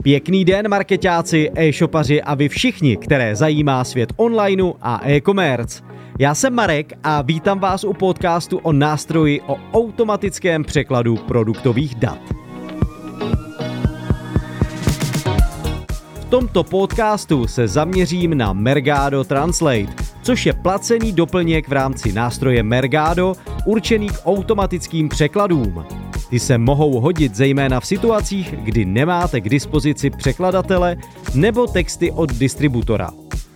Pěkný den, markeťáci, e-shopaři a vy všichni, které zajímá svět onlineu a e-commerce. Já jsem Marek a vítám vás u podcastu o nástroji o automatickém překladu produktových dat. V tomto podcastu se zaměřím na Mergado Translate, což je placený doplněk v rámci nástroje Mergado určený k automatickým překladům. Ty se mohou hodit zejména v situacích, kdy nemáte k dispozici překladatele nebo texty od distributora.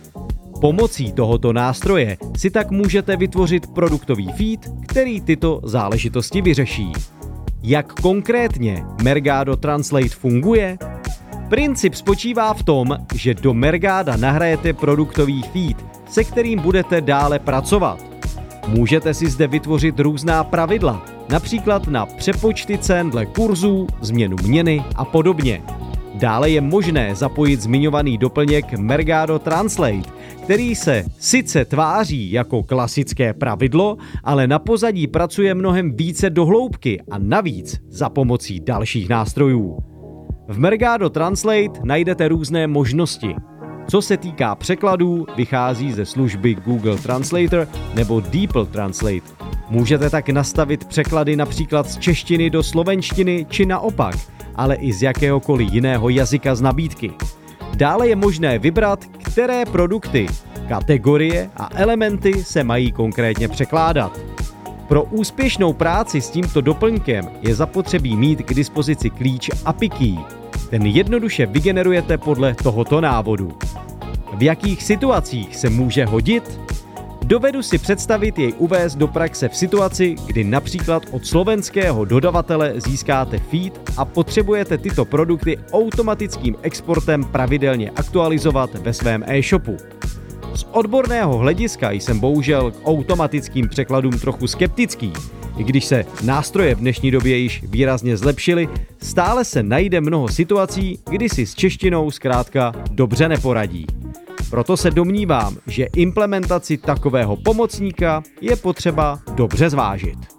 Pomocí tohoto nástroje si tak můžete vytvořit produktový feed, který tyto záležitosti vyřeší. Jak konkrétně Mergado Translate funguje? Princip spočívá v tom, že do Mergada nahrajete produktový feed, se kterým budete dále pracovat. Můžete si zde vytvořit různá pravidla, například na přepočty cen dle kurzů, změnu měny a podobně. Dále je možné zapojit zmiňovaný doplněk Mergado Translate, který se sice tváří jako klasické pravidlo, ale na pozadí pracuje mnohem více do hloubky a navíc za pomocí dalších nástrojů. V Mergado Translate najdete různé možnosti. Co se týká překladů, vychází ze služby Google Translator nebo DeepL Translate. Můžete tak nastavit překlady například z češtiny do slovenštiny či naopak, ale i z jakéhokoliv jiného jazyka z nabídky. Dále je možné vybrat, které produkty, kategorie a elementy se mají konkrétně překládat. Pro úspěšnou práci s tímto doplňkem je zapotřebí mít k dispozici klíč API key. Ten jednoduše vygenerujete podle tohoto návodu. V jakých situacích se může hodit? Dovedu si představit jej uvést do praxe v situaci, kdy například od slovenského dodavatele získáte feed a potřebujete tyto produkty automatickým exportem pravidelně aktualizovat ve svém e-shopu. Z odborného hlediska jsem bohužel k automatickým překladům trochu skeptický. I když se nástroje v dnešní době již výrazně zlepšily, stále se najde mnoho situací, kdy si s češtinou zkrátka dobře neporadí. Proto se domnívám, že implementaci takového pomocníka je potřeba dobře zvážit.